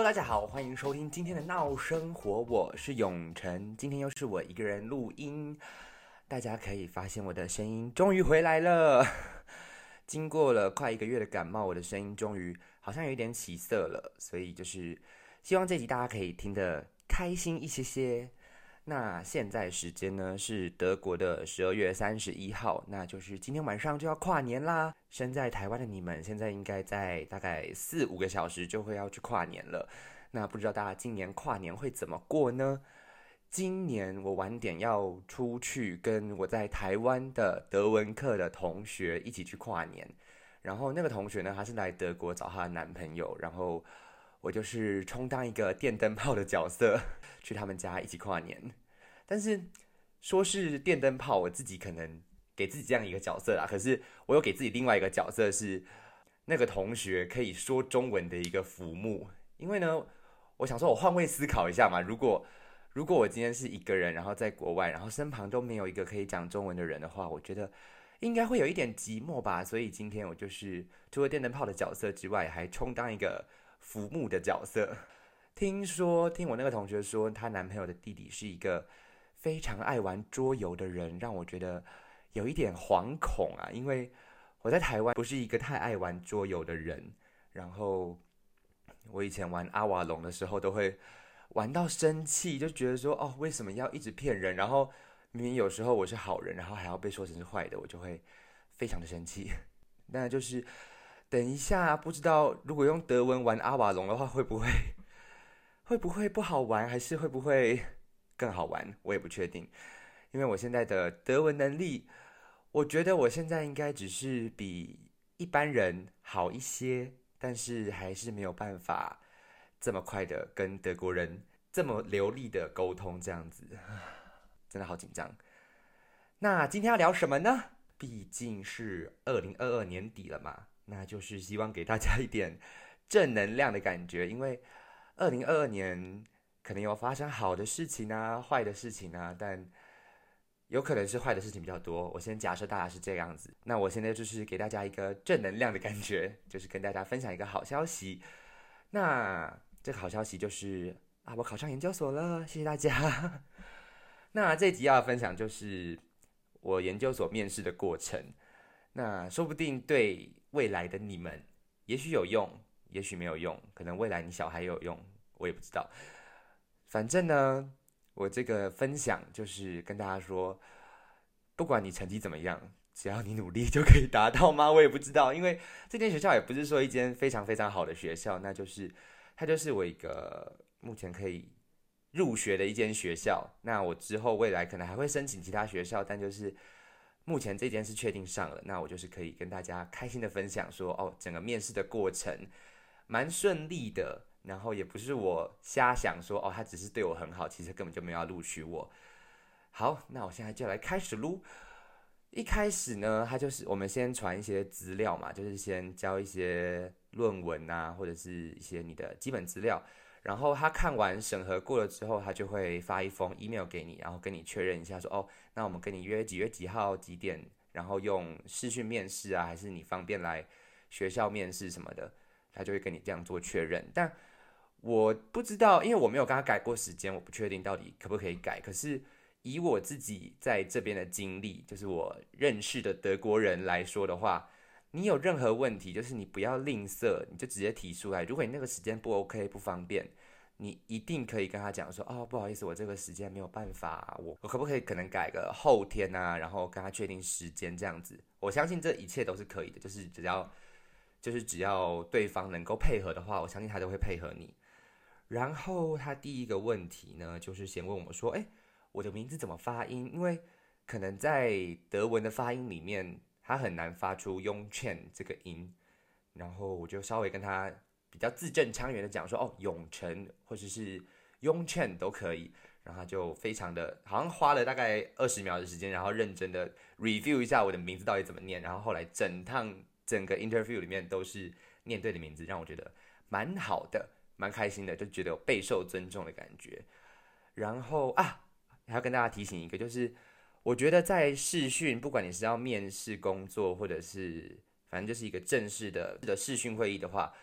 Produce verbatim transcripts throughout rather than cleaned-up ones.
大家好，欢迎收听今天的闹生活，我是永成，今天又是我一个人录音，大家可以发现我的声音终于回来了。经过了快一个月的感冒，我的声音终于好像有一点起色了，所以就是希望这集大家可以听得开心一些些。那现在时间呢是德国的十二月三十一号，那就是今天晚上就要跨年啦。身在台湾的你们，现在应该在大概四五个小时就会要去跨年了。那不知道大家今年跨年会怎么过呢？今年我晚点要出去跟我在台湾的德文课的同学一起去跨年。然后那个同学呢，她是来德国找她的男朋友，然后我就是充当一个电灯泡的角色，去他们家一起跨年。但是说是电灯泡，我自己可能给自己这样一个角色啦。可是我有给自己另外一个角色，是那个同学可以说中文的一个浮木。因为呢，我想说我换位思考一下嘛，如果如果我今天是一个人，然后在国外，然后身旁都没有一个可以讲中文的人的话，我觉得应该会有一点寂寞吧。所以今天我就是除了电灯泡的角色之外，还充当一个浮木的角色。听说听我那个同学说，她男朋友的弟弟是一个非常爱玩桌游的人，让我觉得有一点惶恐啊。因为我在台湾不是一个太爱玩桌游的人，然后我以前玩阿瓦隆的时候都会玩到生气，就觉得说哦，为什么要一直骗人？然后明明有时候我是好人，然后还要被说成是坏的，我就会非常的生气。那就是等一下，不知道如果用德文玩阿瓦隆的话，会不会会不会不好玩，还是会不会更好玩？我也不确定，因为我现在的德文能力，我觉得我现在应该只是比一般人好一些，但是还是没有办法这么快的跟德国人这么流利的沟通，这样子真的好紧张。那今天要聊什么呢？毕竟是二零二二年底了嘛，那就是希望给大家一点正能量的感觉，因为二零二二年可能有发生好的事情啊，坏的事情啊，但有可能是坏的事情比较多。我先假设大家是这样子，那我现在就是给大家一个正能量的感觉，就是跟大家分享一个好消息。那这个好消息就是啊，我考上研究所了，谢谢大家。那这集要分享就是我研究所面试的过程，那说不定对未来的你们也许有用，也许没有用，可能未来你小孩有用，我也不知道。反正呢，我这个分享就是跟大家说，不管你成绩怎么样，只要你努力就可以达到吗？我也不知道，因为这间学校也不是说一间非常非常好的学校，那就是它就是我一个目前可以入学的一间学校。那我之后未来可能还会申请其他学校，但就是目前这间是确定上了，那我就是可以跟大家开心的分享说，哦，整个面试的过程蛮顺利的，然后也不是我瞎想说，哦，他只是对我很好，其实根本就没有要录取我。好，那我现在就来开始录。一开始呢，他就是我们先传一些资料嘛，就是先交一些论文啊，或者是一些你的基本资料。然后他看完审核过了之后，他就会发一封 email 给你，然后跟你确认一下说，哦，那我们跟你约几月几号几点，然后用视讯面试啊，还是你方便来学校面试什么的，他就会跟你这样做确认。但我不知道，因为我没有跟他改过时间，我不确定到底可不可以改。可是以我自己在这边的经历，就是我认识的德国人来说的话，你有任何问题，就是你不要吝啬，你就直接提出来。如果你那个时间不 OK 不方便，你一定可以跟他讲说，哦，不好意思，我这个时间没有办法，我我可不可以可能改个后天啊，然后跟他确定时间这样子。我相信这一切都是可以的，就是只要就是只要对方能够配合的话，我相信他都会配合你。然后他第一个问题呢，就是先问我说，哎，我的名字怎么发音？因为可能在德文的发音里面，他很难发出 Yongchen 这个音。然后我就稍微跟他比较字正腔圆的讲说，哦，永成或者是 Yongchen 都可以。然后他就非常的，好像花了大概二十秒的时间，然后认真的 review 一下我的名字到底怎么念。然后后来整趟整个 interview 里面都是念对的名字，让我觉得蛮好的，蛮开心的，就觉得有备受尊重的感觉。然后啊，还要跟大家提醒一个，就是我觉得在视讯，不管你是要面试工作，或者是反正就是一个正式的的视讯会议的话，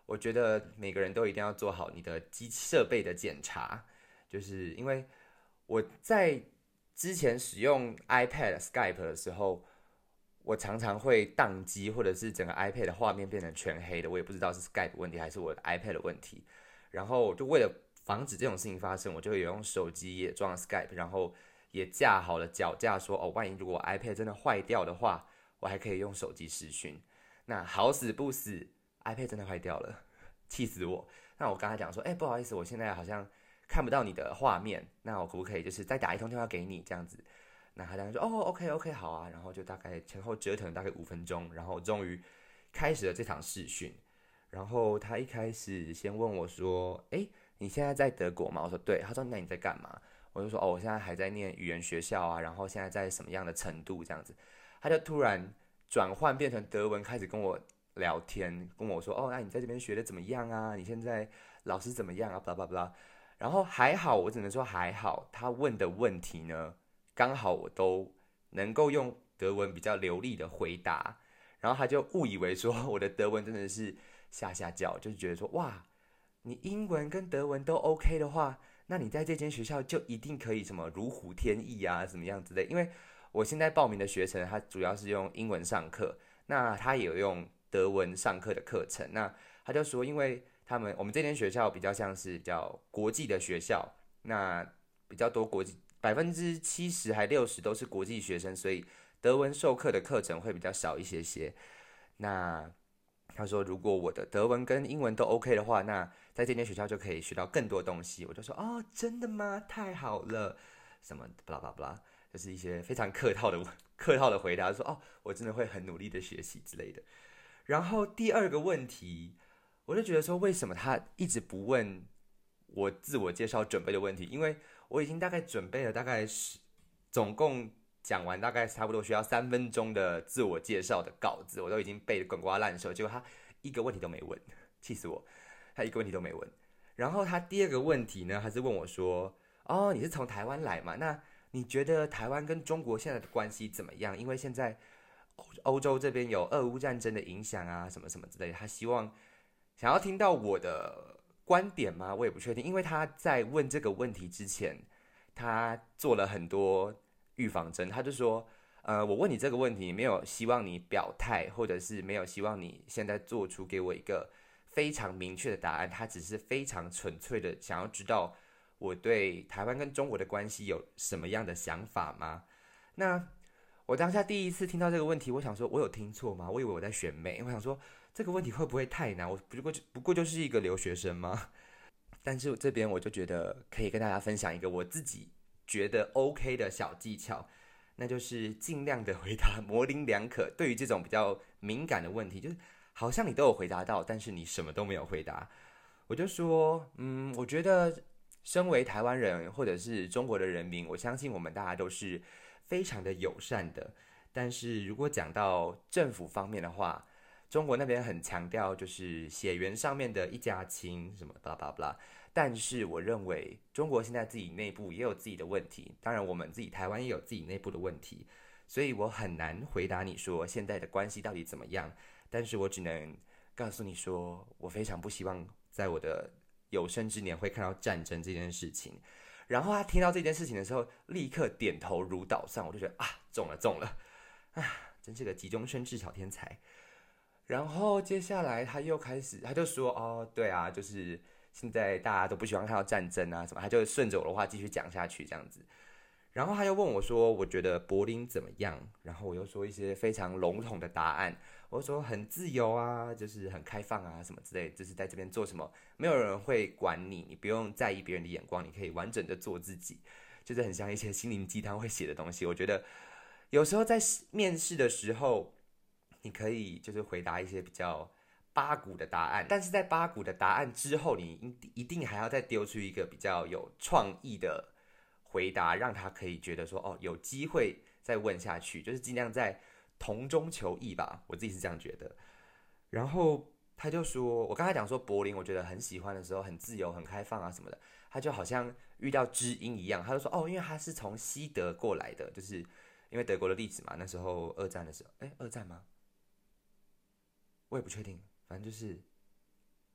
我觉得每个人都一定要做好你的机器设备的检查，就是因为我在之前使用 iPad Skype 的时候，我常常会宕机，或者是整个 iPad 的画面变成全黑的，我也不知道是 Skype 问题还是我的 iPad 的问题。然后就为了防止这种事情发生，我就有用手机也装了 Skype， 然后也架好了脚架说，哦，万一如果 iPad 真的坏掉的话，我还可以用手机视讯。那好死不死 iPad 真的坏掉了，气死我。那我跟他讲说，哎、欸，不好意思，我现在好像看不到你的画面，那我可不可以就是再打一通电话给你这样子？那他当时说，哦 ，OK OK 好啊，然后就大概前后折腾大概五分钟，然后终于开始了这场视讯。然后他一开始先问我说，哎，你现在在德国吗？我说对。他说那你在干嘛？我就说哦，我现在还在念语言学校啊，然后现在在什么样的程度这样子。他就突然转换变成德文，开始跟我聊天，跟我说哦，那你在这边学的怎么样啊？你现在老师怎么样啊？巴拉巴拉。然后还好，我只能说还好，他问的问题呢，刚好我都能够用德文比较流利的回答。然后他就误以为说我的德文真的是下下叫，就是觉得说哇，你英文跟德文都 OK 的话，那你在这间学校就一定可以什么如虎添翼啊，怎么样之类。因为我现在报名的学程，它主要是用英文上课，那他也有用德文上课的课程。那他就说，因为他们我们这间学校比较像是比较国际的学校，那比较多国际，百分之七十还六十都是国际学生，所以德文授课的课程会比较少一些些。那他说，如果我的德文跟英文都 OK 的话，那在这间学校就可以学到更多东西。我就说，哦，真的吗？太好了，什么巴拉巴拉，就是一些非常客套的客套的回答，说哦，我真的会很努力的学习之类的。然后第二个问题，我就觉得说，为什么他一直不问我自我介绍准备的问题？因为我已经大概准备了大概是总共讲完大概差不多需要三分钟的自我介绍的稿子，我都已经背得滚瓜烂熟，结果他一个问题都没问，气死我！他一个问题都没问。然后他第二个问题呢，还是问我说：“哦，你是从台湾来嘛？那你觉得台湾跟中国现在的关系怎么样？因为现在欧洲这边有俄乌战争的影响啊，什么什么之类的。他希望想要听到我的观点吗？我也不确定，因为他在问这个问题之前，他做了很多预防针。他就说，呃，我问你这个问题，没有希望你表态，或者是没有希望你现在做出给我一个非常明确的答案。他只是非常纯粹的想要知道我对台湾跟中国的关系有什么样的想法吗？那我当下第一次听到这个问题，我想说，我有听错吗？我以为我在选美，我想说这个问题会不会太难？我不过不过就是一个留学生吗？但是这边我就觉得可以跟大家分享一个我自己觉得 OK 的小技巧，那就是尽量的回答模棱两可。对于这种比较敏感的问题，就是好像你都有回答到，但是你什么都没有回答，我就说，嗯，我觉得身为台湾人或者是中国的人民，我相信我们大家都是非常的友善的。但是如果讲到政府方面的话，中国那边很强调就是血缘上面的一家亲，什么巴拉巴拉。但是我认为中国现在自己内部也有自己的问题，当然我们自己台湾也有自己内部的问题，所以我很难回答你说现在的关系到底怎么样。但是我只能告诉你说，我非常不希望在我的有生之年会看到战争这件事情。然后他听到这件事情的时候，立刻点头如捣蒜，我就觉得啊，中了中了，啊，真是个急中生智小天才。然后接下来他又开始，他就说哦，对啊，就是现在大家都不喜欢看到战争啊什么，他就顺着我的话继续讲下去这样子。然后他又问我说，我觉得柏林怎么样？然后我又说一些非常笼统的答案，我说很自由啊，就是很开放啊什么之类的，就是在这边做什么，没有人会管你，你不用在意别人的眼光，你可以完整的做自己，就是很像一些心灵鸡汤会写的东西。我觉得有时候在面试的时候，你可以就是回答一些比较八股的答案，但是在八股的答案之后，你一定还要再丢出一个比较有创意的回答，让他可以觉得说哦，有机会再问下去，就是尽量在同中求异吧，我自己是这样觉得。然后他就说，我刚才讲说柏林，我觉得很喜欢的时候，很自由、很开放啊什么的，他就好像遇到知音一样，他就说哦，因为他是从西德过来的，就是因为德国的历史嘛，那时候二战的时候，哎，二战吗？我也不确定，反正就是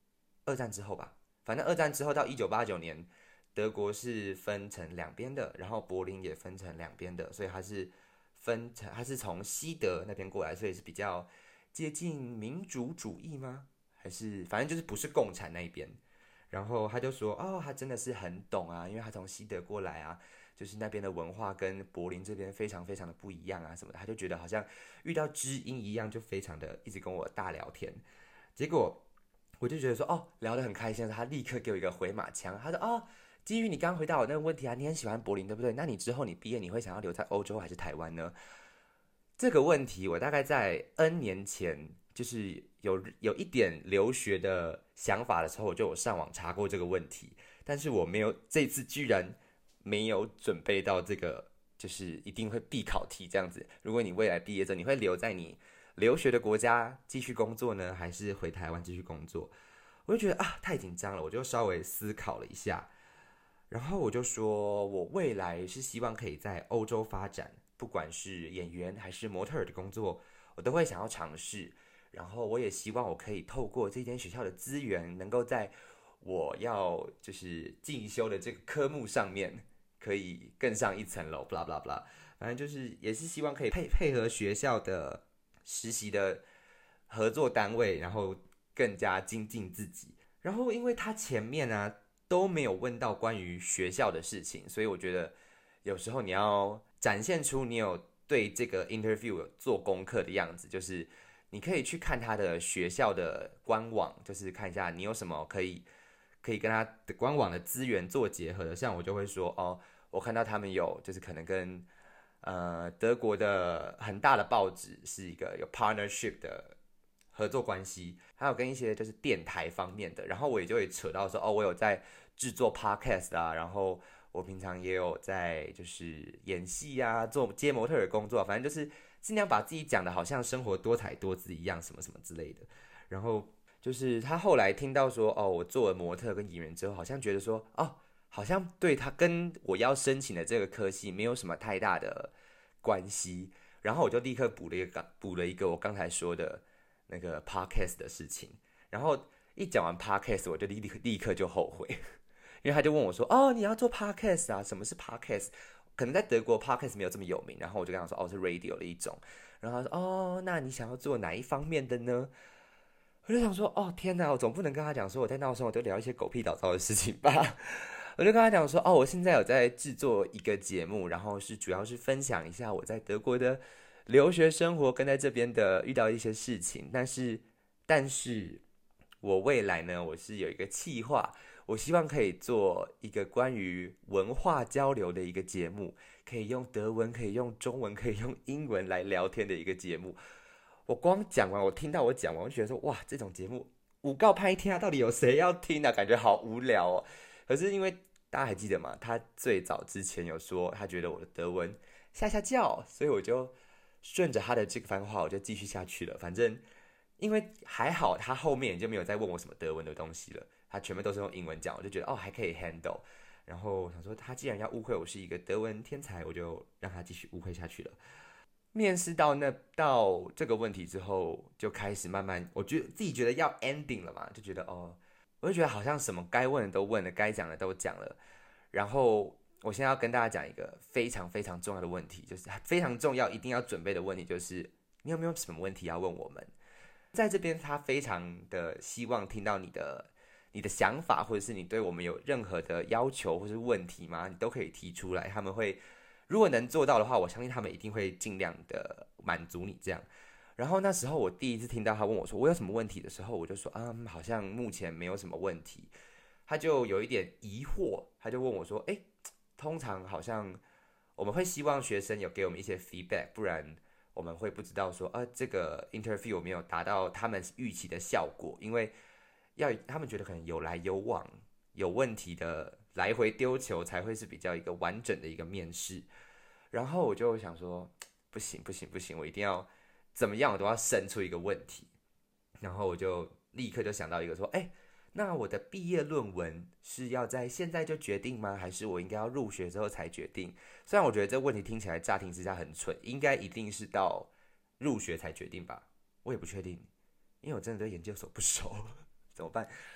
二战之后吧，反正二战之后到一九八九年，德国是分成两边的，然后柏林也分成两边的，所以它是分成，它是从西德那边过来，所以是比较接近民主主义吗？还是反正就是不是共产那一边。然后他就说，哦，他真的是很懂啊，因为他从西德过来啊，就是那边的文化跟柏林这边非常非常的不一样啊什么的，他就觉得好像遇到知音一样，就非常的一直跟我大聊天。结果我就觉得说，哦，聊得很开心，他立刻给我一个回马枪，他说，哦，基于你刚刚回答我那个问题啊，你很喜欢柏林对不对？那你之后你毕业你会想要留在欧洲还是台湾呢？这个问题我大概在 N 年前就是有有一点留学的想法的时候，我就有上网查过这个问题，但是我没有这次居然没有准备到这个，就是一定会必考题这样子。如果你未来毕业之后，你会留在你留学的国家继续工作呢，还是回台湾继续工作？我就觉得啊太紧张了，我就稍微思考了一下，然后我就说我未来是希望可以在欧洲发展，不管是演员还是模特儿的工作，我都会想要尝试。然后我也希望我可以透过这间学校的资源，能够在我要就是进修的这个科目上面，可以更上一层楼。blah blah blah，反正就是也是希望可以配配合学校的实习的合作单位，然后更加精进自己。然后因为他前面啊都没有问到关于学校的事情，所以我觉得有时候你要展现出你有对这个 interview 有做功课的样子，就是你可以去看他的学校的官网，就是看一下你有什么可以可以跟他的官网的资源做结合的。像我就会说，哦，我看到他们有就是可能跟呃德国的很大的报纸是一个有 partnership 的合作关系，还有跟一些就是电台方面的，然后我也就会扯到说，哦，我有在制作 podcast 啊，然后我平常也有在就是演戏啊，做接模特的工作，反正就是尽量把自己讲的好像生活多彩多姿一样，什么什么之类的。然后就是他后来听到说，哦，我做了模特跟演员之后，好像觉得说，哦，好像对他跟我要申请的这个科系没有什么太大的关系。然后我就立刻补了一个补了一个我刚才说的那个 podcast 的事情。然后一讲完 podcast，我就立刻立刻就后悔，因为他就问我说：“哦，你要做 podcast 啊？什么是 podcast？” 可能在德国 podcast 没有这么有名，然后我就跟他说：“哦，是 radio 的一种。”然后他说：“哦，那你想要做哪一方面的呢？”我就想说：“哦，天哪，我总不能跟他讲说我在闹生活都聊一些狗屁倒灶的事情吧？”我就跟他讲说：“哦，我现在有在制作一个节目，然后是主要是分享一下我在德国的留学生活跟在这边的遇到一些事情，但是，但是我未来呢，我是有一个企划，我希望可以做一个关于文化交流的一个节目，可以用德文，可以用中文，可以用英文来聊天的一个节目。”我光讲完，我听到我讲完，我就觉得说，哇，这种节目五告拍天啊，到底有谁要听啊？感觉好无聊哦。可是因为大家还记得吗？他最早之前有说，他觉得我的德文下下叫，所以我就顺着他的这番话，我就继续下去了。反正因为还好，他后面也就没有再问我什么德文的东西了，他全部都是用英文讲，我就觉得哦还可以 handle。然后我想说，他既然要误会我是一个德文天才，我就让他继续误会下去了。面试到那到这个问题之后，就开始慢慢，我觉得自己觉得要 ending 了嘛，就觉得哦，我就觉得好像什么该问的都问了，该讲的都讲了。然后我现在要跟大家讲一个非常非常重要的问题，就是非常重要，一定要准备的问题，就是你有没有什么问题要问我们？在这边，他非常的希望听到你的你的想法，或者是你对我们有任何的要求或是问题吗？你都可以提出来，他们会。如果能做到的话，我相信他们一定会尽量的满足你这样。然后那时候我第一次听到他问我说我有什么问题的时候，我就说嗯，好像目前没有什么问题。他就有一点疑惑，他就问我说，哎，通常好像我们会希望学生有给我们一些 feedback， 不然我们会不知道说啊这个 interview 有没有达到他们预期的效果，因为要他们觉得可能有来有往，有问题的来回丢球才会是比较一个完整的一个面试。然后我就想说，不行不行不行，我一定要怎么样，我都要生出一个问题。然后我就立刻就想到一个说，哎，那我的毕业论文是要在现在就决定吗？还是我应该要入学之后才决定？虽然我觉得这个问题听起来乍听之下很蠢，应该一定是到入学才决定吧？我也不确定，因为我真的对研究所不熟，怎么办？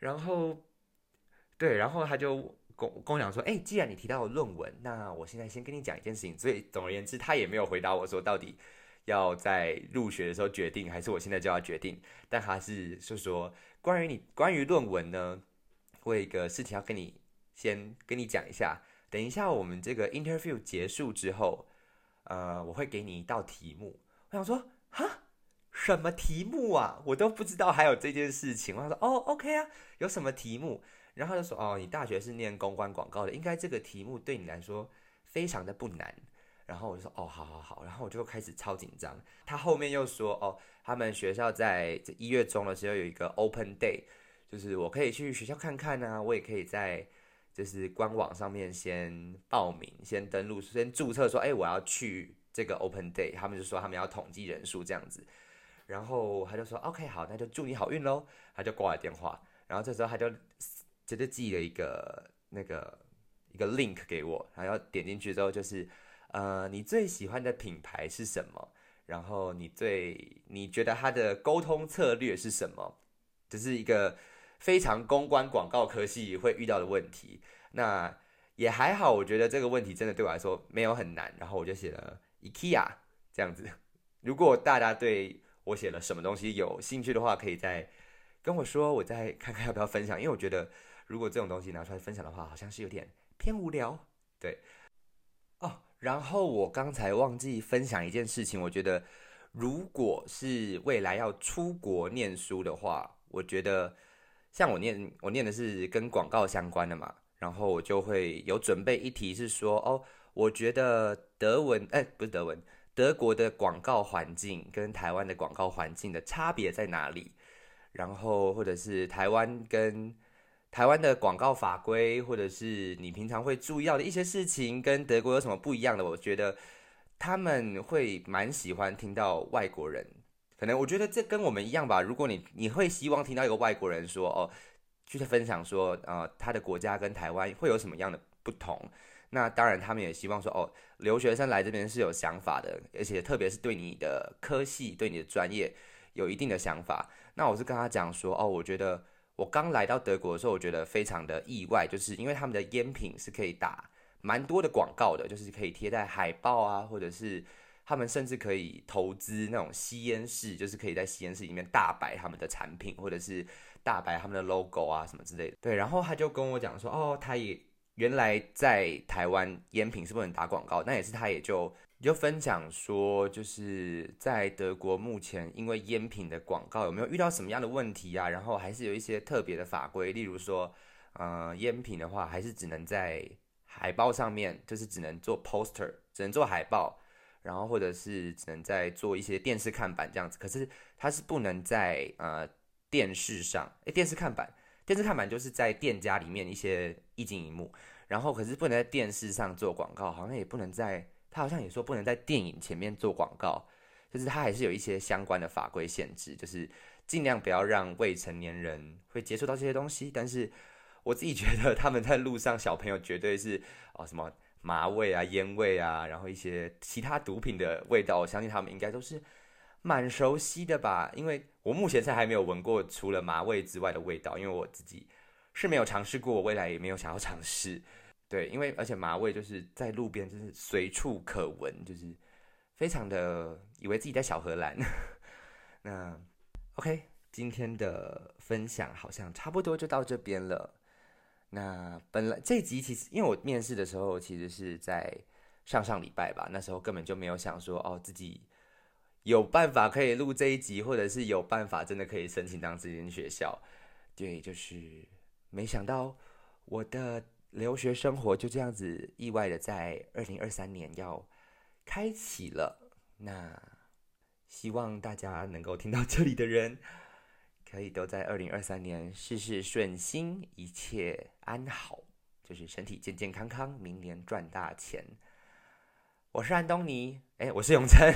然后对，然后他就跟跟我讲说，哎，既然你提到论文，那我现在先跟你讲一件事情。所以总而言之，他也没有回答我说到底要在入学的时候决定，还是我现在就要决定。但他是就说，关于你关于论文呢，我有一个事情要跟你先跟你讲一下。等一下我们这个 interview 结束之后，呃，我会给你一道题目。我想说，哈，什么题目啊？我都不知道还有这件事情。我想说，哦，OK 啊，有什么题目？然后他就说，哦，你大学是念公关广告的，应该这个题目对你来说非常的不难。然后我就说，哦，好好好。然后我就开始超紧张。他后面又说，哦，他们学校在一月中的时候有一个 open day，就是我可以去学校看看啊，我也可以在就是官网上面先报名、先登录、先注册说，哎，我要去这个 open day。他们就说他们要统计人数这样子。然后他就说 OK 好，那就祝你好运喽。他就挂了电话。然后这时候他就就就寄了一个那个一个 link 给我，然后点进去之后就是呃你最喜欢的品牌是什么？然后你最你觉得他的沟通策略是什么？这是一个非常公关广告科系会遇到的问题。那也还好，我觉得这个问题真的对我来说没有很难。然后我就写了 IKEA 这样子。如果大家对我写了什么东西有兴趣的话，可以再跟我说，我再看看要不要分享。因为我觉得如果这种东西拿出来分享的话，好像是有点偏无聊。对哦，然后我刚才忘记分享一件事情。我觉得如果是未来要出国念书的话，我觉得像我念我念的是跟广告相关的嘛，然后我就会有准备一题是说，哦，我觉得德文，哎，不是德文。德国的广告环境跟台湾的广告环境的差别在哪里？然后或者是台湾跟台湾的广告法规，或者是你平常会注意到的一些事情，跟德国有什么不一样的？我觉得他们会蛮喜欢听到外国人，可能我觉得这跟我们一样吧。如果你你会希望听到一个外国人说，哦，去分享说，呃，他的国家跟台湾会有什么样的不同？那当然，他们也希望说，哦，留学生来这边是有想法的，而且特别是对你的科系、对你的专业有一定的想法。那我是跟他讲说，哦，我觉得我刚来到德国的时候，我觉得非常的意外，就是因为他们的烟品是可以打蛮多的广告的，就是可以贴在海报啊，或者是他们甚至可以投资那种吸烟室，就是可以在吸烟室里面大摆他们的产品，或者是大摆他们的 logo 啊什么之类的。对，然后他就跟我讲说，哦，他也原来在台湾烟品是不能打广告，那也是他也就就分享说，就是在德国目前因为烟品的广告有没有遇到什么样的问题啊？然后还是有一些特别的法规，例如说，呃，烟品的话还是只能在海报上面，就是只能做 poster，只能做海报，然后或者是只能在做一些电视看板这样子。可是它是不能在呃电视上，诶，电视看板。电视看板就是在店家里面一些液晶荧幕，然后可是不能在电视上做广告，好像也不能在，他好像也说不能在电影前面做广告，就是他还是有一些相关的法规限制，就是尽量不要让未成年人会接触到这些东西。但是我自己觉得他们在路上，小朋友绝对是哦什么麻味啊、烟味啊，然后一些其他毒品的味道，我相信他们应该都是蛮熟悉的吧。因为我目前才还没有闻过除了麻味之外的味道，因为我自己是没有尝试过，我未来也没有想要尝试。对，因为而且麻味就是在路边就是随处可闻，就是非常的以为自己在小荷兰。那 OK，今天的分享好像差不多就到这边了。那本来这集其实因为我面试的时候其实是在上上礼拜吧，那时候根本就没有想说哦自己有办法可以录这一集，或者是有办法真的可以申请到这间学校。对，就是没想到我的留学生活就这样子意外的在二零二三年要开启了。那希望大家能够听到这里的人，可以都在二零二三年事事顺心，一切安好，就是身体健健康康，明年赚大钱。我是安东尼，哎，我是永成，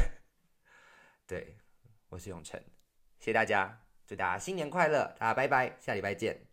对，我是永成，谢谢大家，祝大家新年快乐，大家拜拜，下礼拜见。